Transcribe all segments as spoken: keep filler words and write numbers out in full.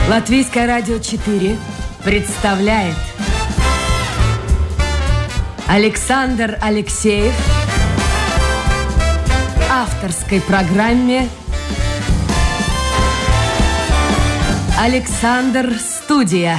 Латвийское радио четыре представляет Александр Алексеев в авторской программе «Александр Студия».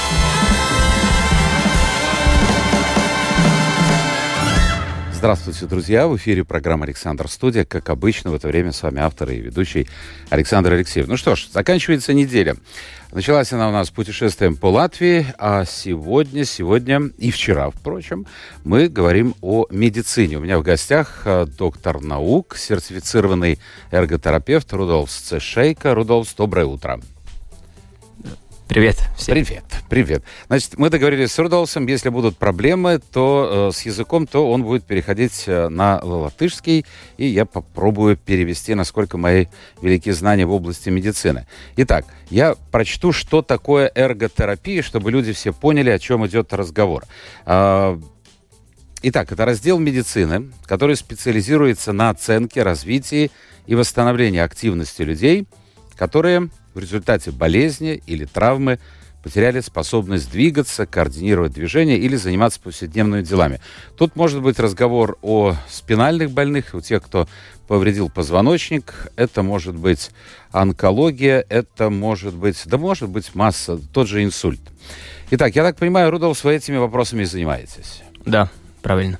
Здравствуйте, друзья! В эфире программа «Александр Студия». Как обычно, в это время с вами автор и ведущий Александр Алексеев. Ну что ж, заканчивается неделя. Началась она у нас путешествием по Латвии, а сегодня, сегодня и вчера, впрочем, мы говорим о медицине. У меня в гостях доктор наук, сертифицированный эрготерапевт Рудольфс Цешейко. Рудольфс, доброе утро. Привет всем. Привет, привет. Значит, мы договорились с Рудольфсом, если будут проблемы, то э, с языком, то он будет переходить э, на латышский, и я попробую перевести, насколько мои великие знания в области медицины. Итак, я прочту, что такое эрготерапия, чтобы люди все поняли, о чем идет разговор. Э, итак, это раздел медицины, который специализируется на оценке, развитии и восстановлении активности людей, которые в результате болезни или травмы потеряли способность двигаться, координировать движения или заниматься повседневными делами. Тут может быть разговор о спинальных больных, у тех, кто повредил позвоночник. Это может быть онкология, это может быть, да может быть масса, тот же инсульт. Итак, я так понимаю, Рудольф, вы этими вопросами и занимаетесь? Да, правильно.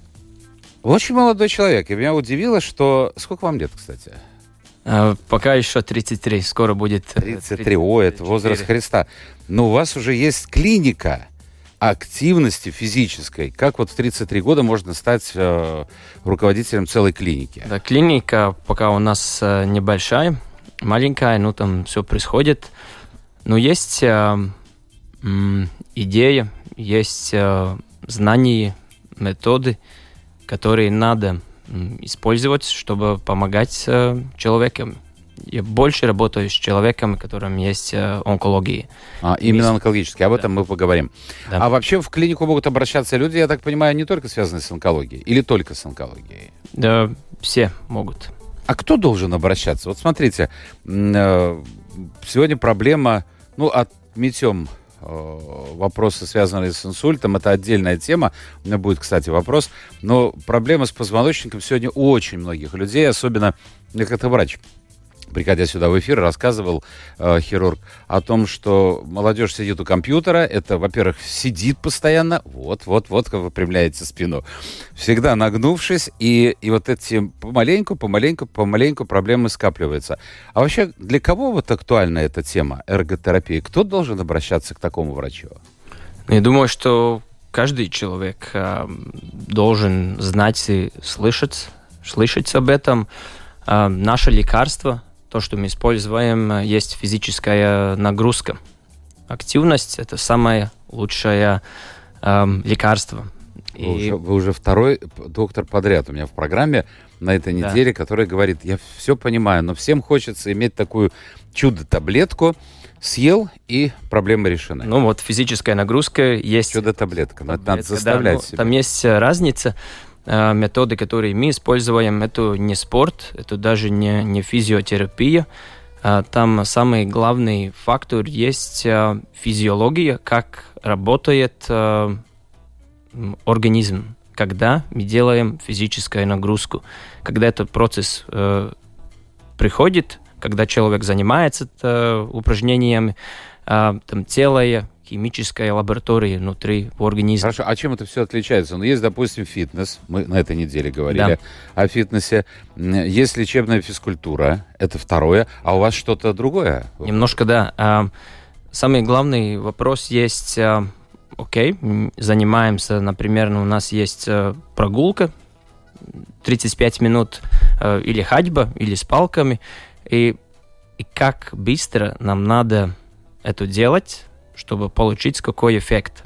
Вы очень молодой человек, и меня удивило, что... Сколько вам лет, кстати? А, пока еще тридцать три, скоро будет... тридцать три, о, это возраст Христа. Но у вас уже есть клиника активности физической. Как вот в тридцать три года можно стать э, руководителем целой клиники? Да, клиника пока у нас э, небольшая, маленькая, ну там все происходит. Но есть э, э, идея, есть э, знания, методы, которые надо использовать, чтобы помогать э, человекам. Я больше работаю с человеком, которым есть э, онкология. А, именно онкологические. Об этом да. мы поговорим. Да. А вообще в клинику могут обращаться люди, я так понимаю, не только связанные с онкологией? Или только с онкологией? Да, все могут. А кто должен обращаться? Вот смотрите, э, сегодня проблема, ну, отметем вопросы, связанные с инсультом, это отдельная тема. У меня будет, кстати, вопрос. Но проблема с позвоночником сегодня у очень многих людей, особенно я как-то врач, приходя сюда в эфир, рассказывал э, хирург о том, что молодежь сидит у компьютера. Это, во-первых, сидит постоянно. Вот-вот-вот, как вы выпрямляете спину. Всегда нагнувшись. И, и вот эти помаленьку, помаленьку, помаленьку проблемы скапливаются. А вообще, для кого вот актуальна эта тема эрготерапии? Кто должен обращаться к такому врачу? Я думаю, что каждый человек э, должен знать и слышать, слышать об этом. Э, наше лекарство, то, что мы используем, есть физическая нагрузка. Активность – это самое лучшее э, лекарство. Вы, И... уже, вы уже второй доктор подряд у меня в программе на этой неделе, да. который говорит, я все понимаю, но всем хочется иметь такую чудо-таблетку, съел, и проблемы решены. Ну вот физическая нагрузка есть. Чудо-таблетка, таблетка, надо заставлять да, себя. Там есть разница. Методы, которые мы используем, это не спорт, это даже не, не физиотерапия. Там самый главный фактор есть физиология, как работает организм, когда мы делаем физическую нагрузку. Когда этот процесс приходит, когда человек занимается упражнениями, там тело, химическая лаборатория внутри организма. Хорошо, а чем это все отличается? Ну, есть, допустим, фитнес, мы на этой неделе говорили да. о фитнесе. Есть лечебная физкультура, это второе, а у вас что-то другое? Немножко, да. Самый главный вопрос есть, окей, занимаемся, например, у нас есть прогулка, тридцать пять минут, или ходьба, или с палками, и, и как быстро нам надо это делать, чтобы получить какой эффект.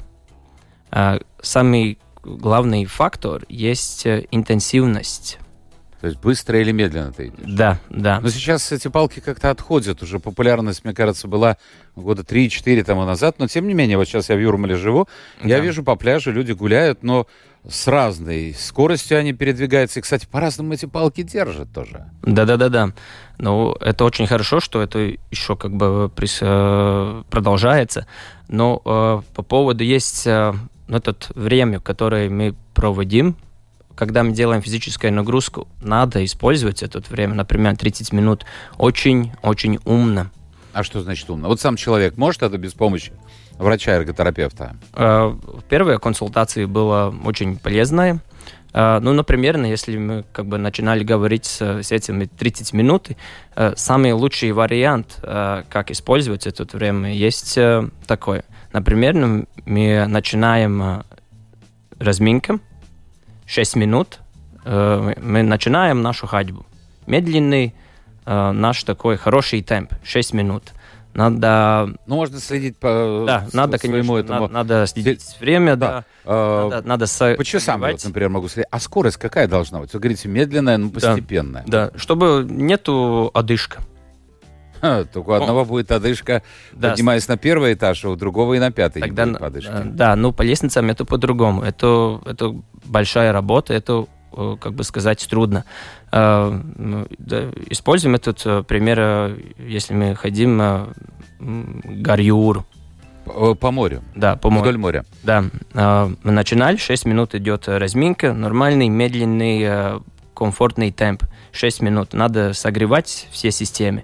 Самый главный фактор есть интенсивность. То есть быстро или медленно ты идешь? Да, да. Но сейчас эти палки как-то отходят. Уже популярность, мне кажется, была года три-четыре тому назад. Но, тем не менее, вот сейчас я в Юрмале живу, да. я вижу по пляжу, люди гуляют, но с разной скоростью они передвигаются. И, кстати, по-разному эти палки держат тоже. Да-да-да-да. Ну, это очень хорошо, что это еще как бы продолжается. Но э, по поводу есть э, это время, которое мы проводим, когда мы делаем физическую нагрузку, надо использовать это время, например, тридцать минут, очень-очень умно. А что значит умно? Вот сам человек может это без помощи врача-эрготерапевта? Э, первая консультация была очень полезная. Uh, ну, например, если мы как бы начинали говорить с, с этими тридцать минут, uh, самый лучший вариант, uh, как использовать это время, есть uh, такой. Например, мы начинаем uh, разминку, шесть минут, uh, мы начинаем нашу ходьбу. Медленный uh, наш такой хороший темп, шесть минут. Надо... Ну, можно следить по да, с, надо, конечно, этому... надо, надо следить время, да. да. А, надо, надо со... по часам, вот, например, могу следить. А скорость какая должна быть? Вы говорите, медленная, но постепенная. Да, да. Чтобы нету одышка. Ха, только у одного О. будет одышка, да. поднимаясь на первый этаж, а у другого и на пятый Тогда, не будет одышки. Да, ну, по лестницам это по-другому. Это, это большая работа, это, как бы сказать, трудно. Используем этот пример, если мы ходим к Гарьюру. По морю? Да, по морю. Вдоль моря? Да. Мы начинали, шесть минут идет разминка, нормальный, медленный, комфортный темп. шесть минут. Надо согревать все системы.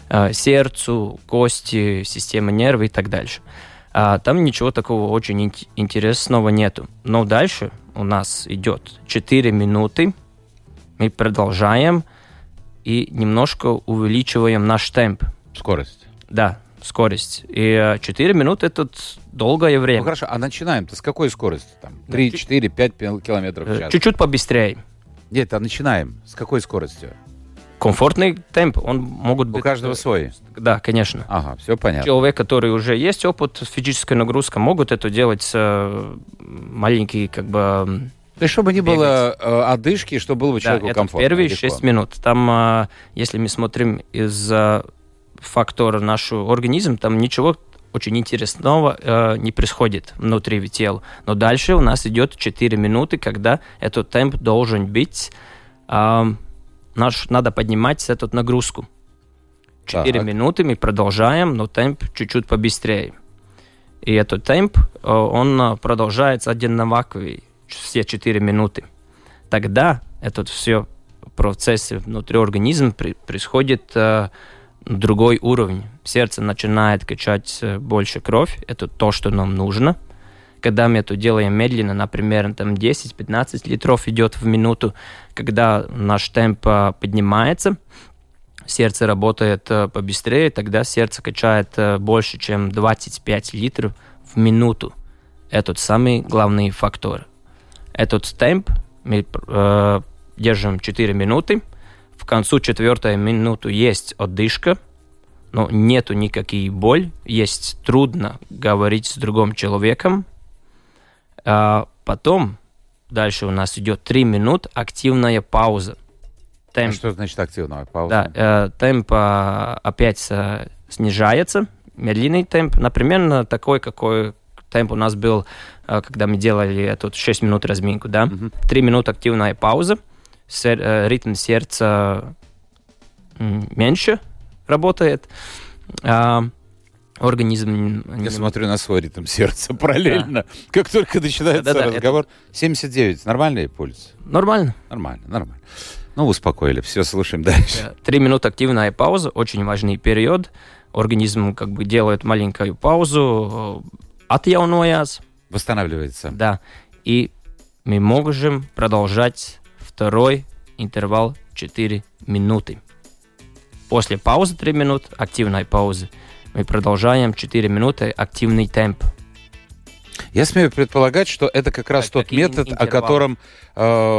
Сердцу, кости, система нервов и так дальше. Там ничего такого очень интересного нету. Но дальше у нас идет четыре минуты. Мы продолжаем и немножко увеличиваем наш темп. Скорость? Да, скорость. И четыре минуты — это долгое время. Ну хорошо, а начинаем-то с какой скорости? Там три, четыре, пять километров в час? Чуть-чуть побыстрее. Нет, а начинаем с какой скоростью? Комфортный темп, он могут быть... У каждого свой? Да, конечно. Ага, все понятно. Человек, который уже есть опыт с физической нагрузкой, могут это делать с маленькие, как бы... То есть, чтобы не бегать. было э, одышки, чтобы было бы человеку да, комфортно. Первые шесть минут. Там, э, если мы смотрим из э, фактора нашего организма, там ничего очень интересного э, не происходит внутри тела. Но дальше у нас идет четыре минуты, когда этот темп должен быть... Э, наш, надо поднимать эту нагрузку. четыре минуты мы продолжаем, но темп чуть-чуть побыстрее. И этот темп, э, он продолжается одинаковый. Все четыре минуты. Тогда этот все процесс внутри организма при, происходит э, на другой уровень. Сердце начинает качать больше кровь. Это то, что нам нужно. Когда мы это делаем медленно, например, там десять-пятнадцать литров идет в минуту, когда наш темп поднимается, сердце работает побыстрее, тогда сердце качает больше, чем двадцать пять литров в минуту. Это самый главный фактор. Этот темп мы э, держим четыре минуты. В концу четвертой минуты есть отдышка, но нету никакой боли. Есть трудно говорить с другим человеком. А потом дальше у нас идет три минуты активная пауза. Темп, а что значит активная пауза? Да, э, темп э, опять э, снижается. Медленный темп. Например, такой, какой темп у нас был, когда мы делали эту шесть минут разминку, да? Uh-huh. три минуты активная пауза, сер, э, ритм сердца меньше работает, а организм... Я смотрю на свой ритм сердца параллельно. Да. Как только начинается да, да, разговор... Это... семьдесят девять, нормальный пульс? Нормально. Нормально, нормально. Ну, успокоили, все, слушаем дальше. три минуты активная пауза, очень важный период. Организм как бы делает маленькую паузу, отъявляется. Восстанавливается. Да. И мы можем продолжать второй интервал четыре минуты. После паузы три минуты, активной паузы, мы продолжаем четыре минуты, активный темп. Я смею предполагать, что это как раз так, тот метод, интервалы. О котором, э,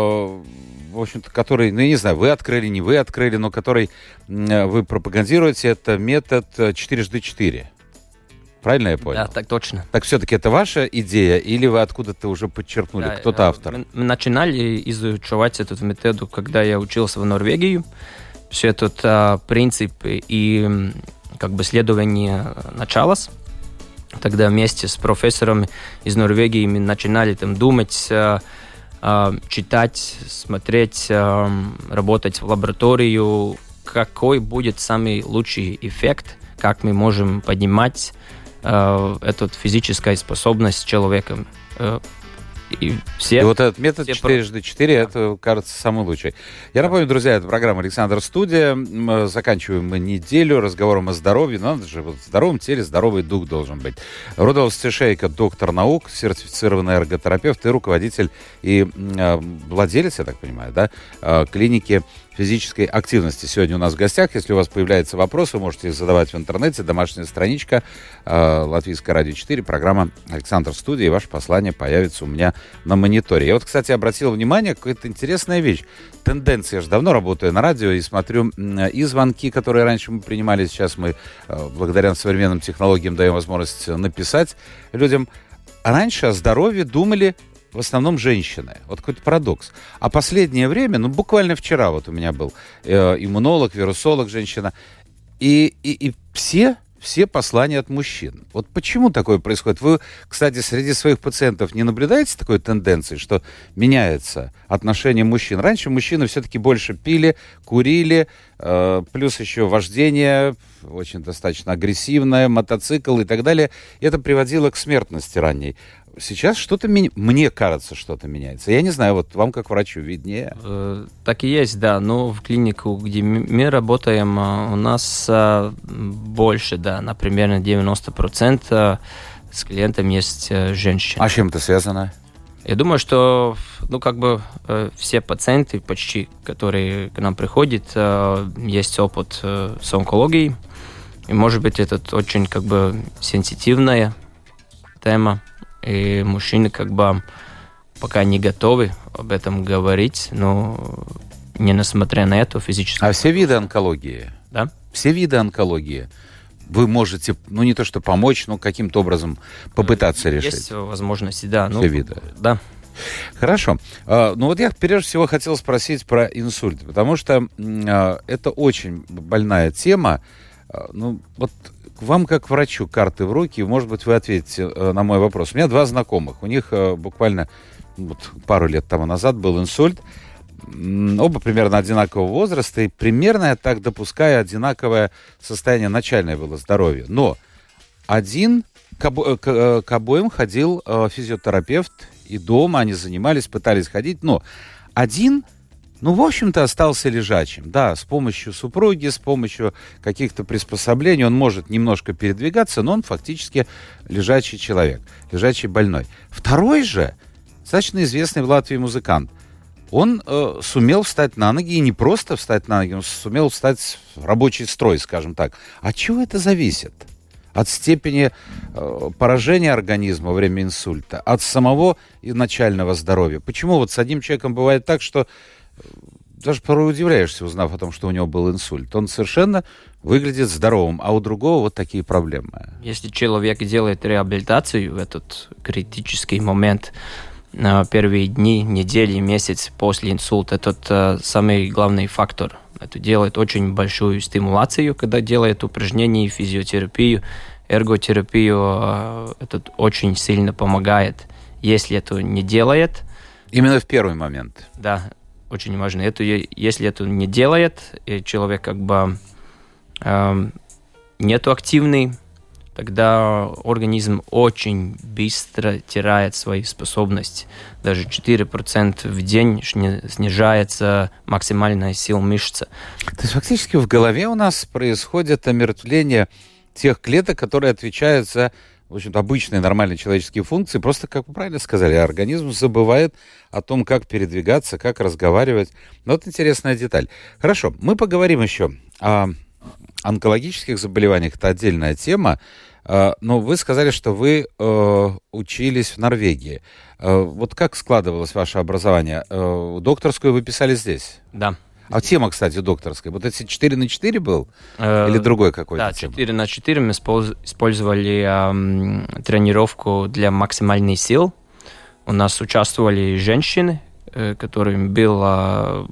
в общем-то, который, ну, я не знаю, вы открыли, не вы открыли, но который э, вы пропагандируете, это метод четыре четыре. Правильно я понял? Да, так точно. Так все-таки это ваша идея, или вы откуда-то уже подчеркнули, да, кто-то автор? Мы, мы начинали изучать этот метод, когда я учился в Норвегии. Все этот а, принцип и как бы следование началось. Тогда вместе с профессором из Норвегии мы начинали там думать, а, читать, смотреть, работать в лабораторию, какой будет самый лучший эффект, как мы можем поднимать эту физическую способность человека. И, все, и вот этот метод четыре на четыре, это, кажется, самый лучший. Я напомню, друзья, это программа «Александр Студия». Мы заканчиваем мы неделю разговором о здоровье. Но надо же, вот в здоровом теле здоровый дух должен быть. Рудольф Стешейко, доктор наук, сертифицированный эрготерапевт и руководитель и э, владелец, я так понимаю, да, э, клиники физической активности. Сегодня у нас в гостях. Если у вас появляются вопросы, вы можете их задавать в интернете. Домашняя страничка э, Латвийское радио четыре, программа «Александр Студия», и ваше послание появится у меня на мониторе. Я вот, кстати, обратил внимание, какая-то интересная вещь. Тенденция. Я же давно работаю на радио и смотрю и звонки, которые раньше мы принимали. Сейчас мы, э, благодаря современным технологиям, даем возможность написать людям. А раньше о здоровье думали в основном женщины. Вот какой-то парадокс. А последнее время, ну, буквально вчера вот у меня был э, иммунолог, вирусолог, женщина, и, и, и все, все послания от мужчин. Вот почему такое происходит? Вы, кстати, среди своих пациентов не наблюдаете такой тенденции, что меняется отношение мужчин? Раньше мужчины все-таки больше пили, курили, э, плюс еще вождение очень достаточно агрессивное, мотоцикл и так далее. И это приводило к смертности ранней. Сейчас что-то, ми... мне кажется, что-то меняется. Я не знаю, вот вам как врачу виднее. Э, так и есть, да. Но в клинику, где мы работаем, у нас больше, да, например, девяносто процентов с клиентом есть женщины. А с чем это связано? Я думаю, что, ну, как бы все пациенты почти, которые к нам приходят, есть опыт с онкологией. И, может быть, это очень, как бы, сенситивная тема. И мужчины как бы пока не готовы об этом говорить, но не несмотря на это физически. А все виды онкологии? Да. Все виды онкологии вы можете, ну не то что помочь, но каким-то образом попытаться Есть решить? Есть возможности, да. Все ну, виды? Да. Хорошо. Ну вот я прежде всего хотел спросить про инсульт, потому что это очень больная тема. Ну вот вам, как врачу, карты в руки, может быть, вы ответите на мой вопрос. У меня два знакомых. У них буквально вот, пару лет тому назад был инсульт. Оба примерно одинакового возраста. И примерно, я так допускаю, одинаковое состояние начальное было здоровья. Но один к, обо- к, к обоим ходил физиотерапевт. И дома они занимались, пытались ходить. Но один... Ну, в общем-то, остался лежачим. Да, с помощью супруги, с помощью каких-то приспособлений он может немножко передвигаться, но он фактически лежачий человек, лежачий больной. Второй же, достаточно известный в Латвии музыкант, он э, сумел встать на ноги, и не просто встать на ноги, он сумел встать в рабочий строй, скажем так. От чего это зависит? От степени э, поражения организма во время инсульта, от самого начального здоровья. Почему вот с одним человеком бывает так, что даже порой удивляешься, узнав о том, что у него был инсульт. Он совершенно выглядит здоровым, а у другого вот такие проблемы. Если человек делает реабилитацию в этот критический момент, первые дни, недели, месяц после инсульта, это самый главный фактор. Это делает очень большую стимуляцию, когда делает упражнения, физиотерапию, эрготерапию. Это очень сильно помогает. Если это не делает... Именно в первый момент. Да. Очень важно. Это, если это не делает, и человек как бы э, нету активный, тогда организм очень быстро теряет свои способности. Даже четыре процента в день снижается максимальная сила мышцы. То есть фактически в голове у нас происходит омертвление тех клеток, которые отвечают за, в общем-то, обычные нормальные человеческие функции. Просто, как вы правильно сказали, организм забывает о том, как передвигаться, как разговаривать. Но вот интересная деталь. Хорошо, мы поговорим еще о онкологических заболеваниях. Это отдельная тема. Но вы сказали, что вы э, учились в Норвегии. Э, вот как складывалось ваше образование? Э, докторскую вы писали здесь? Да. А тема, кстати, докторская. Вот эти четыре на четыре был? Э, Или другой какой-то? Да, четыре на четыре мы использовали э, тренировку для максимальной силы. У нас участвовали женщины, э, которым был э,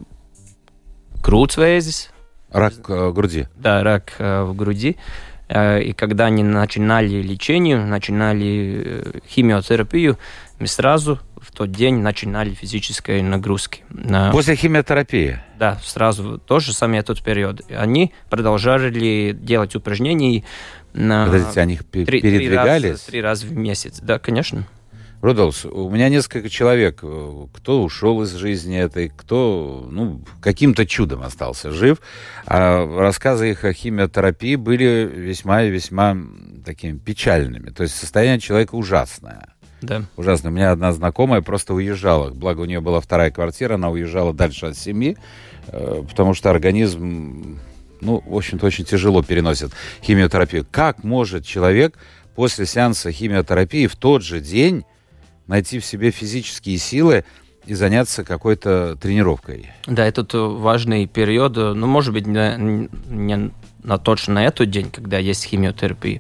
крūtsvēzis. Рак э, груди. Да, рак э, в груди. Э, и когда они начинали лечение, начинали э, химиотерапию, мы сразу в тот день начинали физические нагрузки. После химиотерапии? Да, сразу, то же самое тот период. Они продолжали делать упражнения. Подождите, они их три, передвигались? Три раза, три раза в месяц, да, конечно. Рудольф, у меня несколько человек, кто ушел из жизни этой, кто ну, каким-то чудом остался жив. А рассказы их о химиотерапии были весьма и весьма такими печальными. То есть состояние человека ужасное. Да. Ужасно. У меня одна знакомая просто уезжала. Благо, у нее была вторая квартира, она уезжала дальше от семьи, потому что организм, ну, в общем-то, очень тяжело переносит химиотерапию. Как может человек после сеанса химиотерапии в тот же день найти в себе физические силы и заняться какой-то тренировкой? Да, этот важный период, ну, может быть, не, не на точно на этот день, когда есть химиотерапия.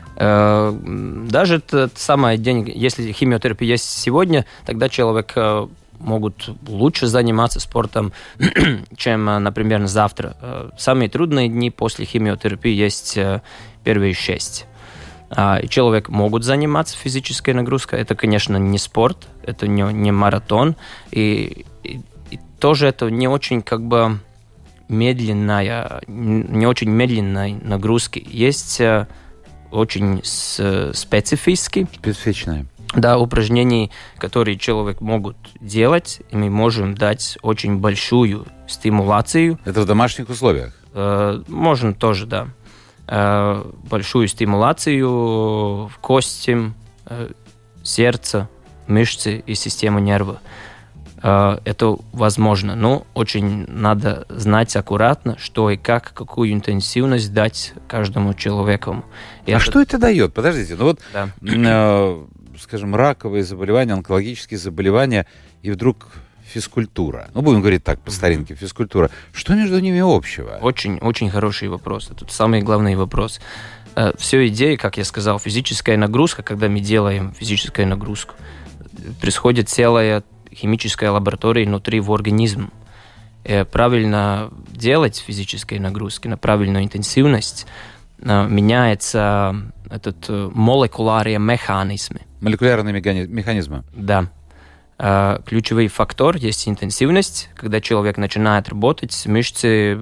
Даже тот самый день, если химиотерапия есть сегодня, тогда человек могут лучше заниматься спортом, чем, например, завтра. Самые трудные дни после химиотерапии есть первые шесть. И человек могут заниматься физической нагрузкой. Это, конечно, не спорт, это не, не маратон. И, и, и тоже это не очень как бы медленная, не очень медленная нагрузка. Есть очень специфические. Специфичные. Да, упражнения, которые человек могут делать, и мы можем дать очень большую стимуляцию. Это в домашних условиях? Э, можно тоже, да. Э, большую стимуляцию в кости, э, сердце, мышцы и систему нервов. Э, это возможно, но очень надо знать аккуратно, что и как, какую интенсивность дать каждому человеку. И а это... что это дает? Подождите, ну вот... Да. Э, скажем, раковые заболевания, онкологические заболевания, и вдруг физкультура. Ну, будем говорить так, по старинке, физкультура. Что между ними общего? Очень, очень хороший вопрос. Это самый главный вопрос. Все идея, как я сказал, физическая нагрузка, когда мы делаем физическую нагрузку, происходит целая химическая лаборатория внутри в организме. Правильно делать физические нагрузки на правильную интенсивность, меняется этот молекулярные механизмы. Молекулярные механизмы. Да. Ключевой фактор есть интенсивность. Когда человек начинает работать, мышцы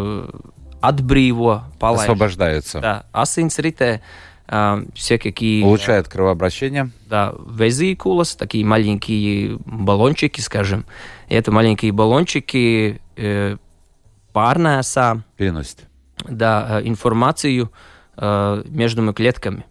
отбриво освобождаются. Да. Асинцерите, все какие... Улучшает кровообращение. Да. Везикулос, такие маленькие баллончики, скажем. И это маленькие баллончики pārnēsā. Переносит. Да, информацию uh, между клетками.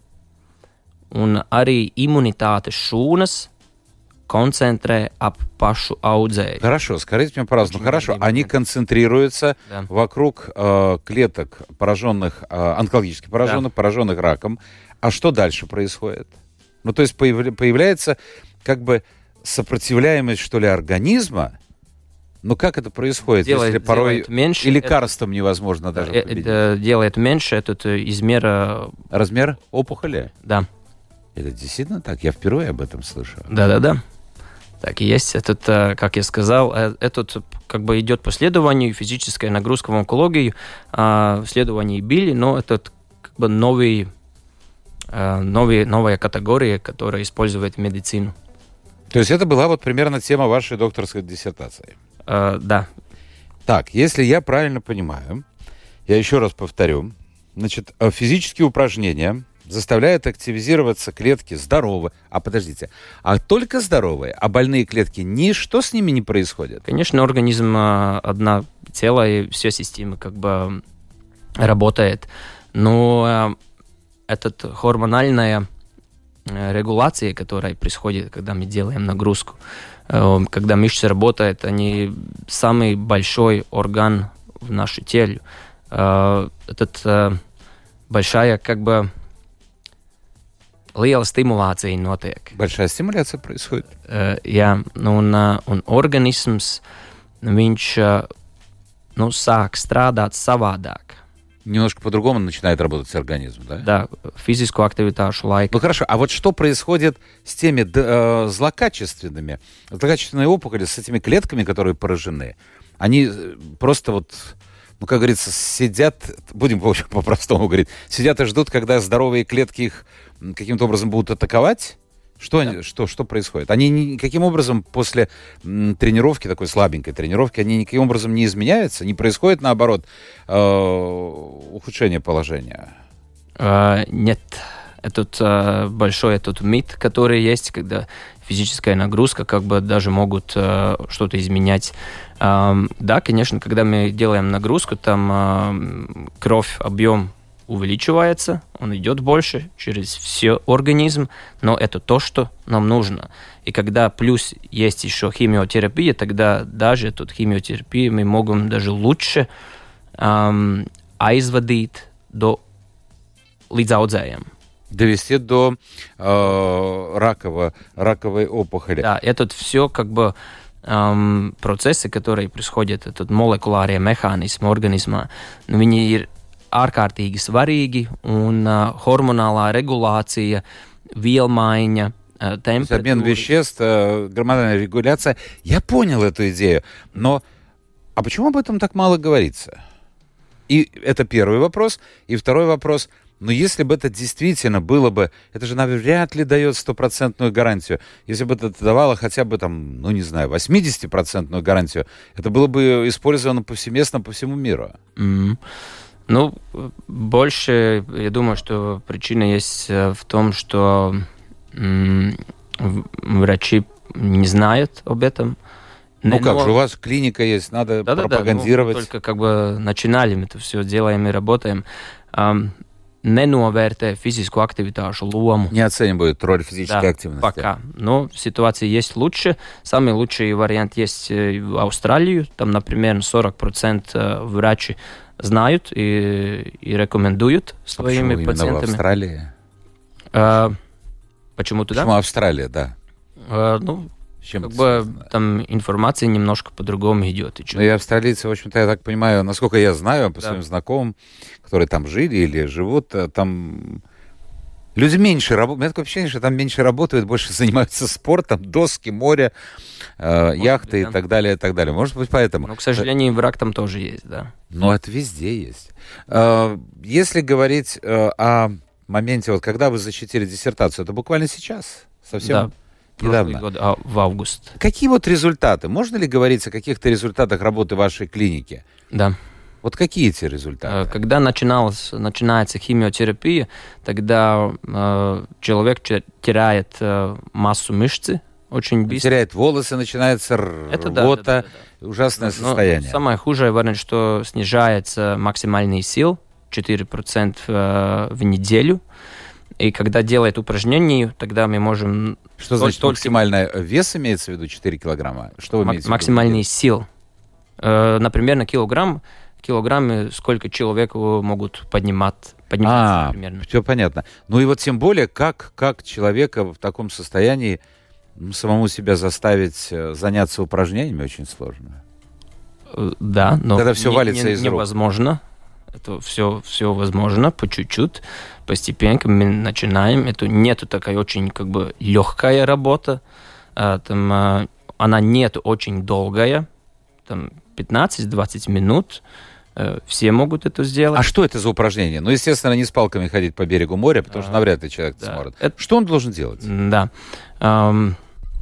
Un arī imunitātes šūnas концентрē ap pašu audzēju. Хорошо, скажите мне, пожалуйста, ну хорошо, они концентрируются да. вокруг э, клеток, пораженных, э, онкологически пораженных, да. пораженных раком. А что дальше происходит? Ну, то есть появ, появляется как бы сопротивляемость, что ли, организма. Но как это происходит, делает, если порой меньше, и лекарством это, невозможно даже это, победить? Это делает меньше этот измер... Размер опухоли? Да. Это действительно так? Я впервые об этом слышу. Да-да-да. Так и есть. Этот, как я сказал, этот как бы идет по следованию физической нагрузки в онкологии, в следовании Билли, но это как бы новый, новый, новая категория, которая использует медицину. То есть это была вот примерно тема вашей докторской диссертации? Uh, да. Так, если я правильно понимаю, я еще раз повторю, значит, физические упражнения заставляют активизироваться клетки здоровые. А подождите, а только здоровые, а больные клетки, ничто с ними не происходит? Конечно, организм одна тело, и все системы как бы работает. Но эта гормональная регуляция, которая происходит, когда мы делаем нагрузку, когда мышцы работают, они самый большой орган в нашем теле. Это большая, как бы, liela стимуляция notiek. Большая стимуляция происходит. Jā, un, un organisms, viņš, nu, sāk strādāt savādāk. Немножко по-другому начинает работать организм, да? Да, физическую активиташу лайк. Ну хорошо, а вот что происходит с теми э, злокачественными, злокачественные опухоли, с этими клетками, которые поражены? Они просто вот, ну как говорится, сидят, будем в общем по-простому говорить, сидят и ждут, когда здоровые клетки их каким-то образом будут атаковать? Что, Да. они, что, что происходит? Они никаким образом после м, тренировки, такой слабенькой тренировки, они никаким образом не изменяются? Не происходит, наоборот, э, ухудшение положения? А, нет. Этот а, большой этот мит, который есть, когда физическая нагрузка как бы даже могут а, что-то изменять. А, да, конечно, когда мы делаем нагрузку, там а, кровь, объем увеличивается, он идет больше через все организм, но это то, что нам нужно. И когда плюс есть еще химиотерапия, тогда даже эту химиотерапию мы можем даже лучше эм, aizvadīt до līdz audzējiem. Довести до э, ракового, раковой опухоли. Да, это все как бы эм, процессы, которые происходят, этот молекулārie механизмы организма, nu, viņi ir ārkārtīgi svarīgi, un uh, hormonālā regulācija, vielmaiņa, uh, температура. Обмен веществ, э, гормональная регуляция. Я понял эту идею, но а почему об этом так мало говорится? И это первый вопрос. И второй вопрос, ну если бы это действительно было бы, это же навряд ли дает стопроцентную гарантию. Если бы это давало хотя бы там, ну не знаю, восьмидесятипроцентную гарантию, это было бы использовано повсеместно по всему миру. Mm. Ну, больше, я думаю, что причина есть в том, что м, врачи не знают об этом. Ну Но, как же, у вас клиника есть, надо да, пропагандировать. Да, да, ну, только как бы начинали, мы это все делаем и работаем. Um, неновērtē физическую активитāšu лому. Не оценивают роль физической Да, активности. пока. Но ситуация есть лучше. Самый лучший вариант есть в Австралии. Там, например, сорок процентов врачи знают и, и рекомендуют своими а почему пациентами. Именно в Австралии? А, почему туда? Почему Австралия, да? А, ну, С чем как это бы связано? там информация немножко по-другому идет. И Ну и австралийцы, в общем-то, я так понимаю, насколько я знаю, по Да. своим знакомым, которые там жили или живут, там люди меньше работают. У меня такое ощущение, что там меньше работают, больше занимаются спортом, доски, море, э, яхты быть, и да. так далее, и так далее. Может быть, поэтому. Но, к сожалению, враг там тоже есть, да. Но это везде есть. Э, Если говорить э, о моменте, вот когда вы защитили диссертацию, это буквально сейчас, совсем Да. Прошлый недавно. год, а, в август. Какие вот результаты? Можно ли говорить о каких-то результатах работы вашей клиники? Да. Вот какие эти Э, результаты? Когда начиналась, начинается химиотерапия, тогда э, человек че- теряет э, массу мышцы очень быстро. Теряет волосы, начинается Это да, рвота, да, да, да. ужасное Но состояние. самое худшее, наверное, что снижается максимальный сил, четыре процента э, в неделю. И когда делает упражнения, тогда мы можем... Что значит только- максимальный вес имеется в виду четыре килограмма? Что вы Мак- имеете в виду? максимальный сил. Э, например, на килограмм, килограммы сколько человеку могут поднимать, подниматься А, примерно. все понятно. Ну и вот тем более, как, как человека в таком состоянии м, самому себя заставить э, заняться упражнениями, очень сложно. Э, Да, но Когда всё не- валится не- из рук. невозможно. Это все, все возможно, по чуть-чуть, постепенно мы начинаем. Это нету такая очень как бы легкая работа. А, там, а, она нет очень долгая, там пятнадцать-двадцать минут. Э, все могут это сделать. А что это за упражнение? Ну, естественно, не с палками ходить по берегу моря, потому что А, навряд ли человек да. сможет. Это- Что он должен делать? Да. Ам,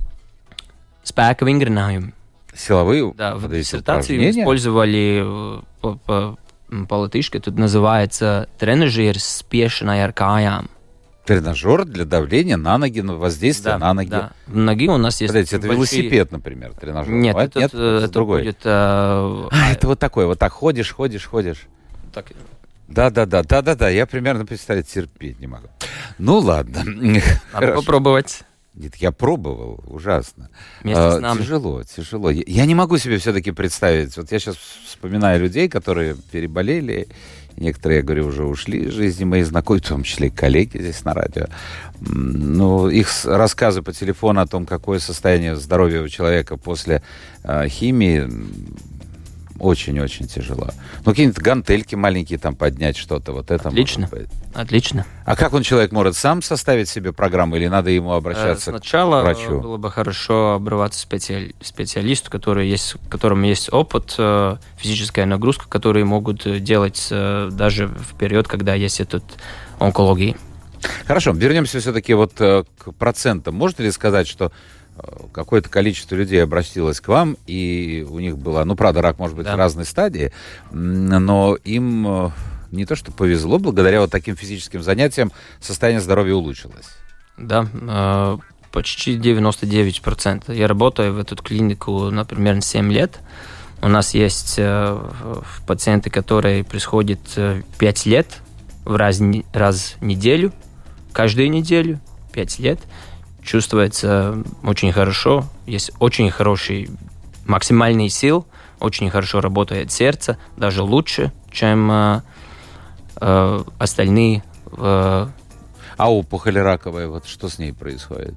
спēka vingrinājumi. Силовые Да, в вот эти диссертации упражнения? использовали э, по, по, по латышски, тут называется тренажер с спешной ar kājām. Тренажер для давления на ноги, на воздействие Да, на ноги. да. В ноги у нас есть Подождите, это большие- велосипед, например, тренажер. Нет, А это, нет, это, это другой. будет... э, А, это вот такой, вот так ходишь, ходишь, ходишь. так, Да, да, да, да, да, да. Я примерно представить терпеть не могу. Ну ладно. надо Хорошо. попробовать Нет, я пробовал, ужасно. вместе А, с нами. Тяжело, тяжело. Я, я не могу себе все-таки представить. Вот я сейчас вспоминаю людей, которые переболели. Некоторые, я говорю, уже ушли из жизни, мои знакомые, в том числе и коллеги здесь на радио. М, Ну, их с- рассказы по телефону о том, какое состояние здоровья у человека после э, химии, м, очень-очень тяжело. Ну, какие-нибудь гантельки маленькие там поднять, что-то. Вот это Отлично. может быть. Отлично. А как он, человек, может сам составить себе программу или надо ему Э, обращаться к Сначала врачу? было бы хорошо обрываться специали- специалисту, который есть, в котором есть опыт, э, физическая нагрузка, которые могут э, делать э, даже в период, когда есть этот онкология. Хорошо, вернемся все-таки вот к процентам. Можете ли сказать, что какое-то количество людей обратилось к вам, и у них было, ну, правда, рак может быть да. в разной стадии, но им не то что повезло, благодаря вот таким физическим занятиям состояние здоровья улучшилось? Да, почти девяносто девять процентов. Я работаю в эту клинику, например, семь лет. У нас есть пациенты, которые приходят пять лет, в раз, раз в неделю, каждую неделю, пять лет. Чувствуется очень хорошо, есть очень хороший максимальный сил, очень хорошо работает сердце, даже лучше, чем э, э, остальные. Э, а опухоль раковая, вот что с ней происходит?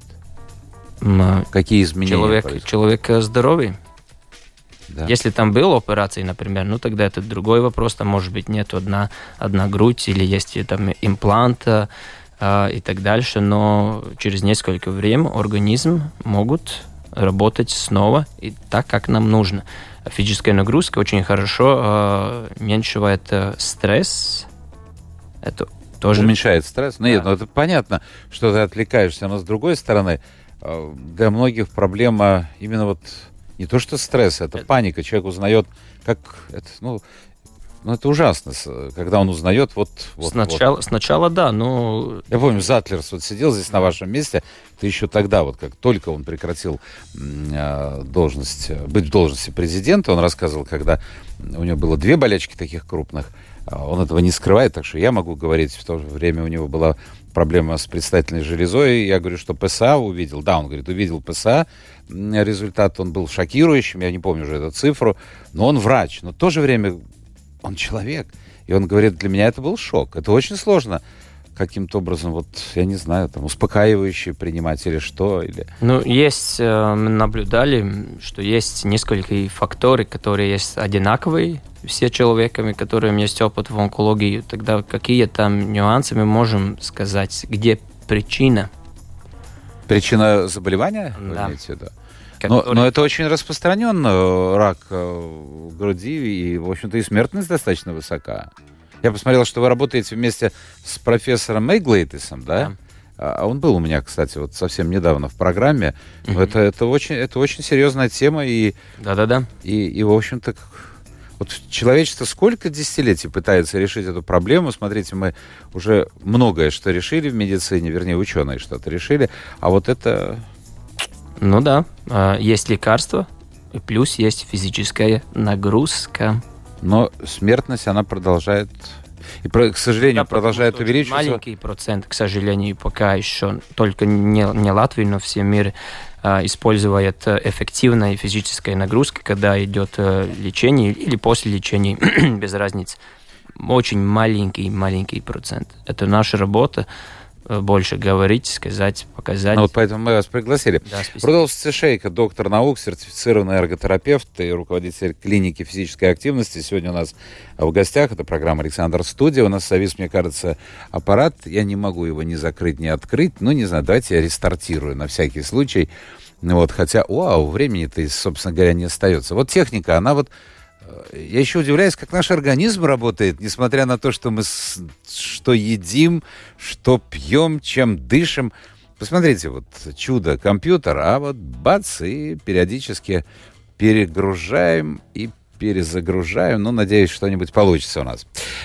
Э, Какие изменения человек, происходят? Человек здоровый. Да. Если там была операция, например, ну тогда это другой вопрос, там может быть нет одна, одна грудь или есть там имплант э, и так дальше, но через несколько времени организм могут работать снова и так, как нам нужно. Физическая нагрузка очень хорошо э, уменьшает э, стресс. Это тоже... Уменьшает стресс? Ну, да. Нет, ну это понятно, что ты отвлекаешься, но с другой стороны, э, для многих проблема именно вот не то что стресс, это, это... паника. Человек узнает, как... Это, ну, ну, это ужасно, когда он узнает вот... вот сначала, вот. сначала да, но... Я помню, Затлерс вот сидел здесь на вашем месте, ты еще тогда, вот как только он прекратил э, должность, быть в должности президента, он рассказывал, когда у него было две болячки таких крупных, он этого не скрывает, так что я могу говорить, в то же время у него была проблема с предстательной железой, я говорю, что ПСА увидел, да, он говорит, увидел ПСА, результат, он был шокирующим, я не помню уже эту цифру, но он врач, но в то же время он человек, и он говорит, для меня это был шок, это очень сложно каким-то образом, вот, я не знаю, там, успокаивающие принимать или что, или... Ну, есть, мы наблюдали, что есть несколько факторов, которые есть одинаковые, все человеками, которым есть опыт в онкологии, тогда какие там нюансы мы можем сказать, где причина? Причина заболевания? Да. Вы имеете в виду? Но, но это очень распространенно, рак груди, и, в общем-то, и смертность достаточно высока. Я посмотрел, что вы работаете вместе с профессором Эйглейтисом, да? да? А он был у меня, кстати, вот совсем недавно в программе. Mm-hmm. Это, это, очень, это очень серьезная тема, и, Да-да-да. и, и, в общем-то, вот человечество сколько десятилетий пытается решить эту проблему. Смотрите, мы уже многое что решили в медицине, вернее, ученые что-то решили, а вот это... Ну да, есть лекарства, и плюс есть физическая нагрузка. Но смертность, она продолжает, и, к сожалению, да, продолжает увеличиваться. Маленький процент, к сожалению, пока еще только не, не Латвия, но все мир а, использует эффективной физической нагрузки, когда идет а, лечение или после лечения, без разницы. Очень маленький-маленький процент. Это наша работа. Больше говорить, сказать, показать. Ну, вот поэтому мы вас пригласили. Да, спасибо. Рудольф Цишейко, доктор наук, сертифицированный эрготерапевт и руководитель клиники физической активности. Сегодня у нас в гостях, это программа «Александр Студия». У нас завис, мне кажется, аппарат. Я не могу его ни закрыть, ни открыть. Ну, не знаю, давайте я рестартирую на всякий случай. Вот, хотя, вау, времени-то, собственно говоря, не остается. Вот техника, она вот... Я еще удивляюсь, как наш организм работает, несмотря на то, что мы с... что едим, что пьем, чем дышим. Посмотрите, вот чудо, компьютер, а вот бац, и периодически перегружаем и перезагружаем. Ну, надеюсь, что-нибудь получится у нас.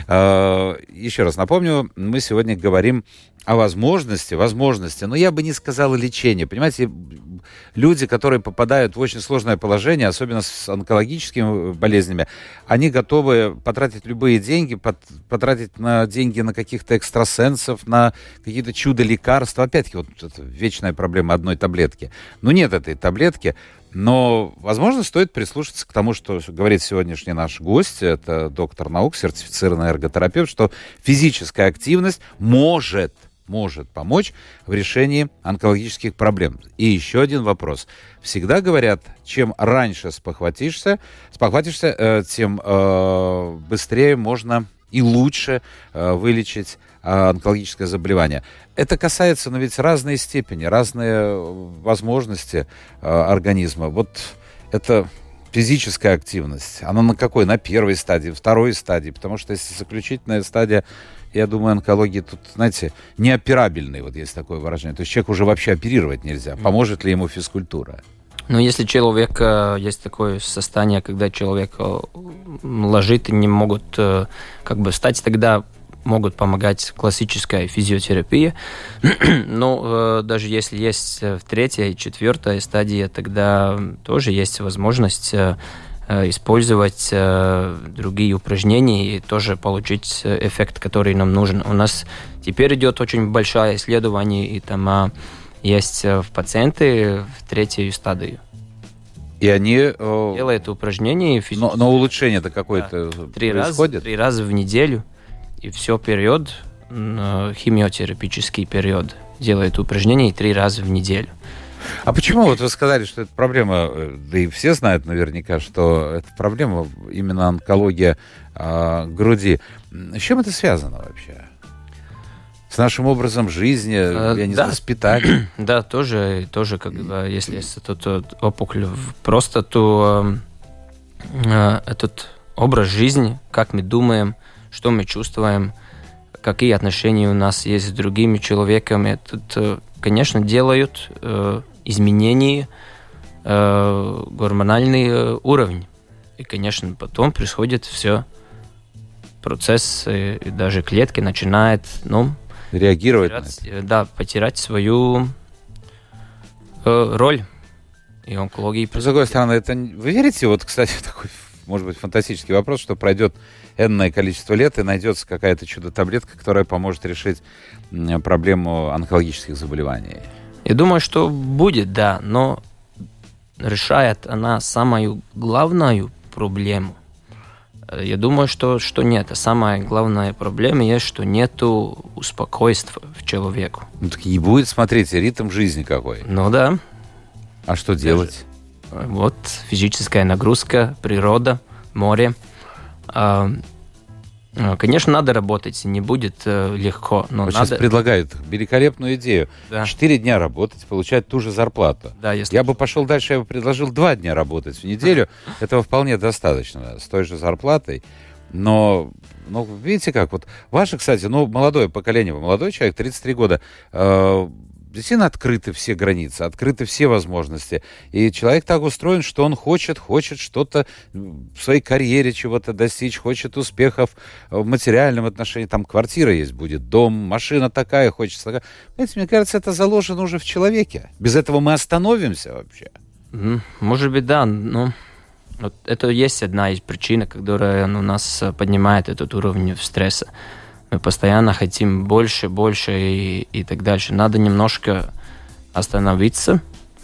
Еще раз напомню, мы сегодня говорим о возможности, возможности, но я бы не сказал лечение. Понимаете, люди, которые попадают в очень сложное положение, особенно с онкологическими болезнями, они готовы потратить любые деньги, потратить на деньги на каких-то экстрасенсов, на какие-то чудо-лекарства. Опять-таки, вот это вечная проблема одной таблетки. Ну, нет этой таблетки. Но, возможно, стоит прислушаться к тому, что говорит сегодняшний наш гость, это доктор наук, сертифицированный эрготерапевт, что физическая активность может, может помочь в решении онкологических проблем. И еще один вопрос. Всегда говорят, чем раньше спохватишься, спохватишься, тем быстрее можно и лучше вылечить онкологическое заболевание. Это касается, но ведь разные степени, разные возможности э, организма. Вот это физическая активность, она на какой? На первой стадии, второй стадии? Потому что если заключительная стадия, я думаю, онкологии тут, знаете, неоперабельный, вот есть такое выражение. То есть человеку уже вообще оперировать нельзя. Поможет ли ему физкультура? Ну, если человек, есть такое состояние, когда человек ложит и не могут как бы встать, тогда могут помогать классическая физиотерапия. Но даже если есть третья и четвертая стадия, тогда тоже есть возможность использовать другие упражнения и тоже получить эффект, который нам нужен. У нас теперь идет очень большое исследование, и там есть в пациенты в третью стадию. И они... Делают упражнения. Но, но улучшение-то какое-то да. три происходит? Раза, три раза в неделю. И все период, химиотерапический период, делает упражнения три раза в неделю. А почему вот вы сказали, что это проблема, да и все знают наверняка, что это проблема именно онкология э, груди. С чем это связано вообще? С нашим образом жизни, а, я не да. знаю, с питанием? Да, тоже, тоже как бы, если это опухоль просто, то э, этот образ жизни, как мы думаем, что мы чувствуем, какие отношения у нас есть с другими человеками, это, конечно, делают э, изменения э, гормональный э, уровень. И, конечно, потом происходит все, процесс, и, и даже клетки начинают, ну, реагировать потерять, на это. Да, потерять свою э, роль. И онкологии. С другой стороны, это... Вы верите, вот, кстати, такой, может быть, фантастический вопрос, что пройдет энное количество лет и найдется какая-то чудо-таблетка, которая поможет решить проблему онкологических заболеваний? Я думаю, что будет, да, но решает она самую главную проблему. Я думаю, что, что нет. А самая главная проблема есть, что нету успокойства в человеку. Ну так не будет, смотрите, ритм жизни какой. Ну да. А что делать? Вот физическая нагрузка, природа, море. Конечно, надо работать, не будет легко, но вот надо... Сейчас предлагают великолепную идею. Да. Четыре дня работать, получать ту же зарплату. Да, если... Я бы пошел дальше, я бы предложил два дня работать в неделю. Этого вполне достаточно, с той же зарплатой. Но, ну, видите как, вот ваше, кстати, ну, молодое поколение, вы молодой человек, тридцать три года, э, действительно открыты все границы, открыты все возможности. И человек так устроен, что он хочет, хочет что-то в своей карьере чего-то достичь, хочет успехов в материальном отношении. Там квартира есть будет, дом, машина такая, хочется такая. Знаете, мне кажется, это заложено уже в человеке. Без этого мы остановимся вообще. Может быть, да, но вот это есть одна из причин, которая у нас поднимает этот уровень стресса. Мы постоянно хотим больше, больше и, и так дальше. Надо немножко остановиться.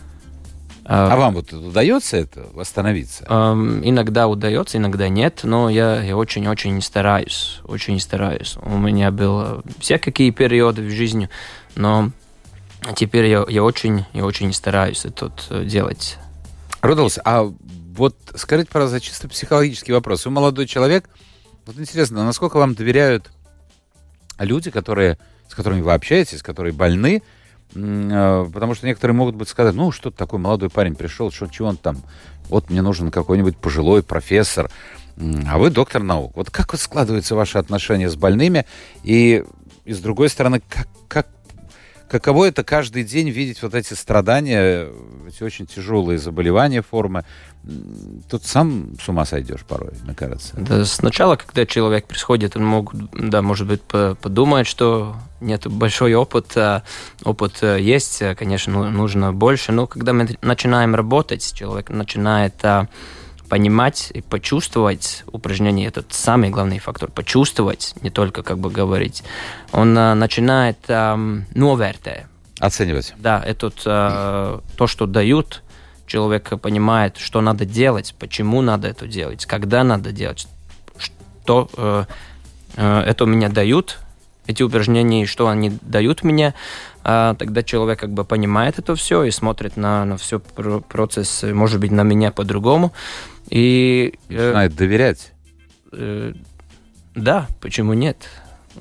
А вам вот удается это, остановиться? Иногда удается, иногда нет, но я, я очень-очень стараюсь. Очень стараюсь. У меня было всякие периоды в жизни, но теперь я, я очень и очень стараюсь это делать. Рудолф, а вот скажите, пожалуйста, чисто психологический вопрос. Вы молодой человек. Вот интересно, насколько вам доверяют люди, которые, с которыми вы общаетесь, которые больны, потому что некоторые могут быть сказать, ну, что такой молодой парень пришел, что, чего он там, вот мне нужен какой-нибудь пожилой профессор, а вы доктор наук. Вот как вот складываются ваши отношения с больными, и, и с другой стороны, как, как, каково это каждый день видеть вот эти страдания, эти очень тяжелые заболевания, формы. Тут сам с ума сойдешь порой, мне кажется. Да, сначала, когда человек приходит, он мог, да, может быть, подумать, что нет большой опыт, а опыт есть, конечно, нужно больше. Но когда мы начинаем работать, человек начинает а, понимать и почувствовать упражнение, это самый главный фактор, почувствовать, не только как бы говорить. Он а, начинает а, новертēt. Оценивать. Да, это а, то, что дают. Человек понимает, что надо делать, почему надо это делать, когда надо делать, что э, э, это мне дают, эти упражнения, что они дают мне, э, тогда человек как бы понимает это все и смотрит на, на все процесс, может быть, на меня по-другому. И, э, начинает доверять. Э, да, почему нет?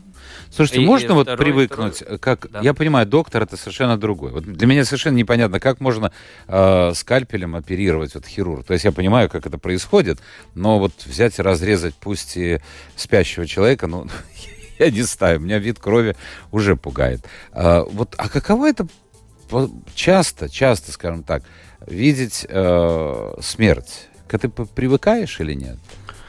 Слушайте, И можно вот второй- привыкнуть, второй- как... Да. Я понимаю, доктор — это совершенно другой. Вот для меня совершенно непонятно, как можно э, скальпелем оперировать вот хирург. То есть я понимаю, как это происходит, но вот взять и разрезать пусть и спящего человека, ну, я не знаю, меня вид крови уже пугает. А, вот, а каково это часто, часто, скажем так, видеть э, смерть? К ты привыкаешь или нет?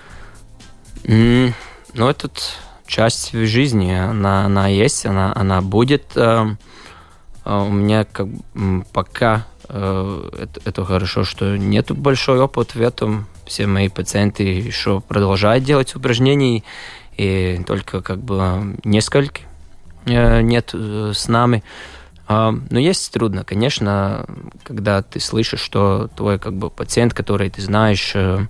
Mm, ну, это часть жизни, она, она есть, она, она будет. Э, э, у меня как пока э, это, это хорошо, что нет большой опыт в этом. Все мои пациенты еще продолжают делать упражнения, и только как бы несколько э, нет э, с нами. Э, но есть трудно, конечно, когда ты слышишь, что твой как бы пациент, который ты знаешь, э,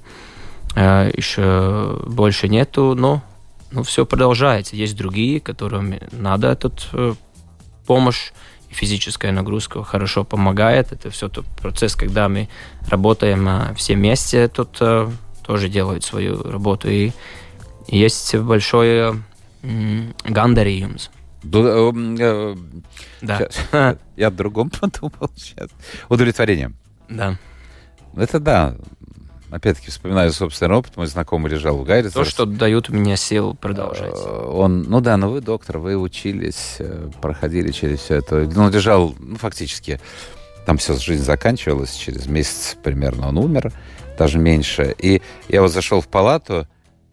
еще больше нету, но ну, все продолжается. Есть другие, которым надо эту э, помощь, и физическая нагрузка хорошо помогает. Это все тот процесс, когда мы работаем э, все вместе, тут э, тоже делают свою работу. И есть большое э, гандариумс. Да. Да. Я о другом подумал сейчас. Удовлетворение. Да. Это да. Опять-таки, вспоминаю собственный опыт. Мой знакомый лежал в Гайре. То, что дает мне сил продолжать. Он, ну да, но вы доктор, вы учились, проходили через все это. Ну, он лежал, ну, фактически, там все, жизнь заканчивалась. Через месяц примерно он умер, даже меньше. И я вот зашел в палату,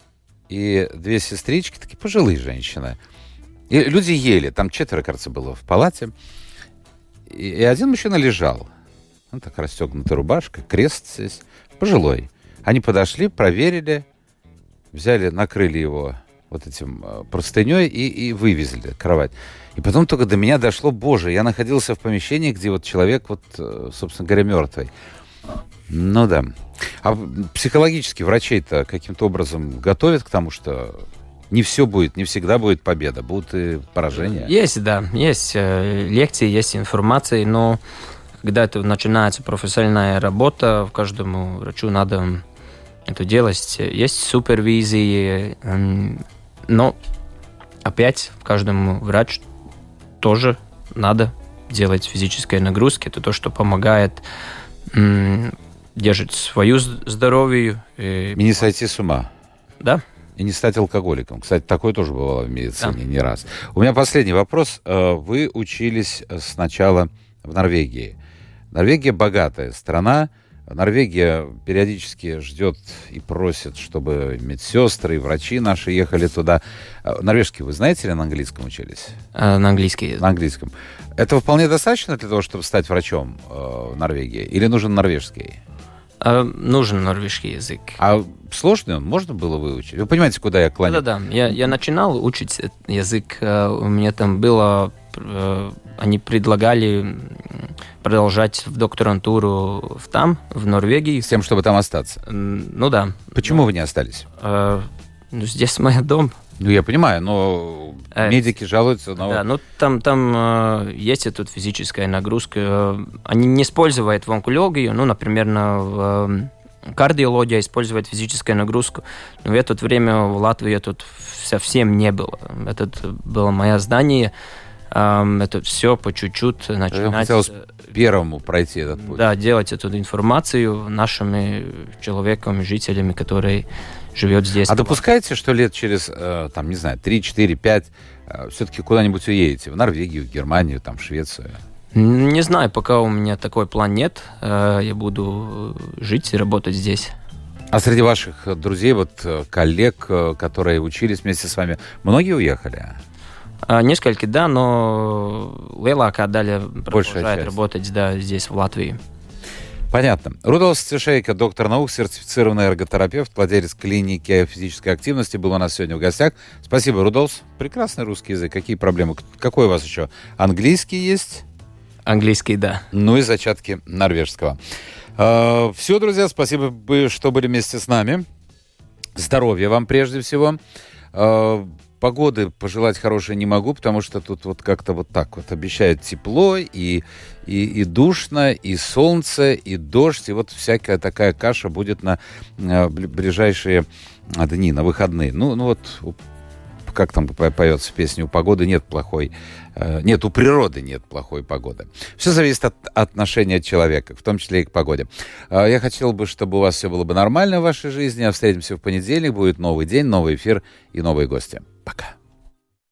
и две сестрички, такие пожилые женщины. И люди ели. Там четверо, кажется, было в палате. И, и один мужчина лежал. Ну, так расстегнутая рубашка, крест здесь. Пожилой. Они подошли, проверили, взяли, накрыли его вот этим простыней и, и вывезли кровать. И потом только до меня дошло, боже, я находился в помещении, где вот человек, вот, собственно говоря, мертвый. Ну да. А психологически врачей-то каким-то образом готовят к тому, что не все будет, не всегда будет победа, будут и поражения? Есть, да, есть лекции, есть информация, но когда это начинается профессиональная работа, каждому врачу надо это делать. Есть супервизии, но опять каждому врачу тоже надо делать физические нагрузки. Это то, что помогает держать свое здоровье. И не сойти с ума. Да. И не стать алкоголиком. Кстати, такое тоже бывало в медицине, да, не раз. У меня последний вопрос. Вы учились сначала в Норвегии. Норвегия богатая страна. Норвегия периодически ждет и просит, чтобы медсестры и врачи наши ехали туда. Норвежский вы знаете или на английском учились? А, на английский. На английском. Этого вполне достаточно для того, чтобы стать врачом в Норвегии? Или нужен норвежский? А, нужен норвежский язык. А сложный он? Можно было выучить? Вы понимаете, куда я клоню? Да-да-да. Я, я начинал учить язык. У меня там было... Они предлагали продолжать в докторантуру в там, в Норвегии. С тем, чтобы там остаться? Ну да. Почему ну, вы не остались? Э, ну, здесь мой дом. Ну, я понимаю, но э, медики жалуются. Но... Да, ну там, там э, есть тут физическая нагрузка. Они не используют в онкологию, ну, например, на, в э, кардиологии используют физическую нагрузку. Но в это время в Латвии тут совсем не было. Это было мое здание. Это все по чуть-чуть начинать... Хотелось первому пройти этот путь. Да, делать эту информацию нашими человеками, жителями, которые живут здесь. А допускаете, что лет через, там, не знаю, три, четыре, пять все-таки куда-нибудь уедете? В Норвегию, в Германию, там, в Швецию? Не знаю, пока у меня такой план нет. Я буду жить и работать здесь. А среди ваших друзей, вот коллег, которые учились вместе с вами, многие уехали? Несколько, да, но lielākā daļa продолжает часть. работать, да, здесь, в Латвии. Понятно. Рудолф Стешейко, доктор наук, сертифицированный эрготерапевт, владелец клиники физической активности, был у нас сегодня в гостях. Спасибо, Рудолф. Прекрасный русский язык. Какие проблемы? Какой у вас еще? Английский есть? Английский, да. Ну и зачатки норвежского. Все, друзья, спасибо, что были вместе с нами. Здоровья вам прежде всего. Погоды пожелать хорошей не могу, потому что тут вот как-то вот так вот обещают тепло, и, и, и душно, и солнце, и дождь, и вот всякая такая каша будет на ближайшие дни, на выходные. Ну, ну вот как там поется в песне, у погоды нет плохой, э, нет, у природы нет плохой погоды. Все зависит от отношения человека, в том числе и к погоде. Э, я хотел бы, чтобы у вас все было бы нормально в вашей жизни, а встретимся в понедельник, будет новый день, новый эфир и новые гости. Пока.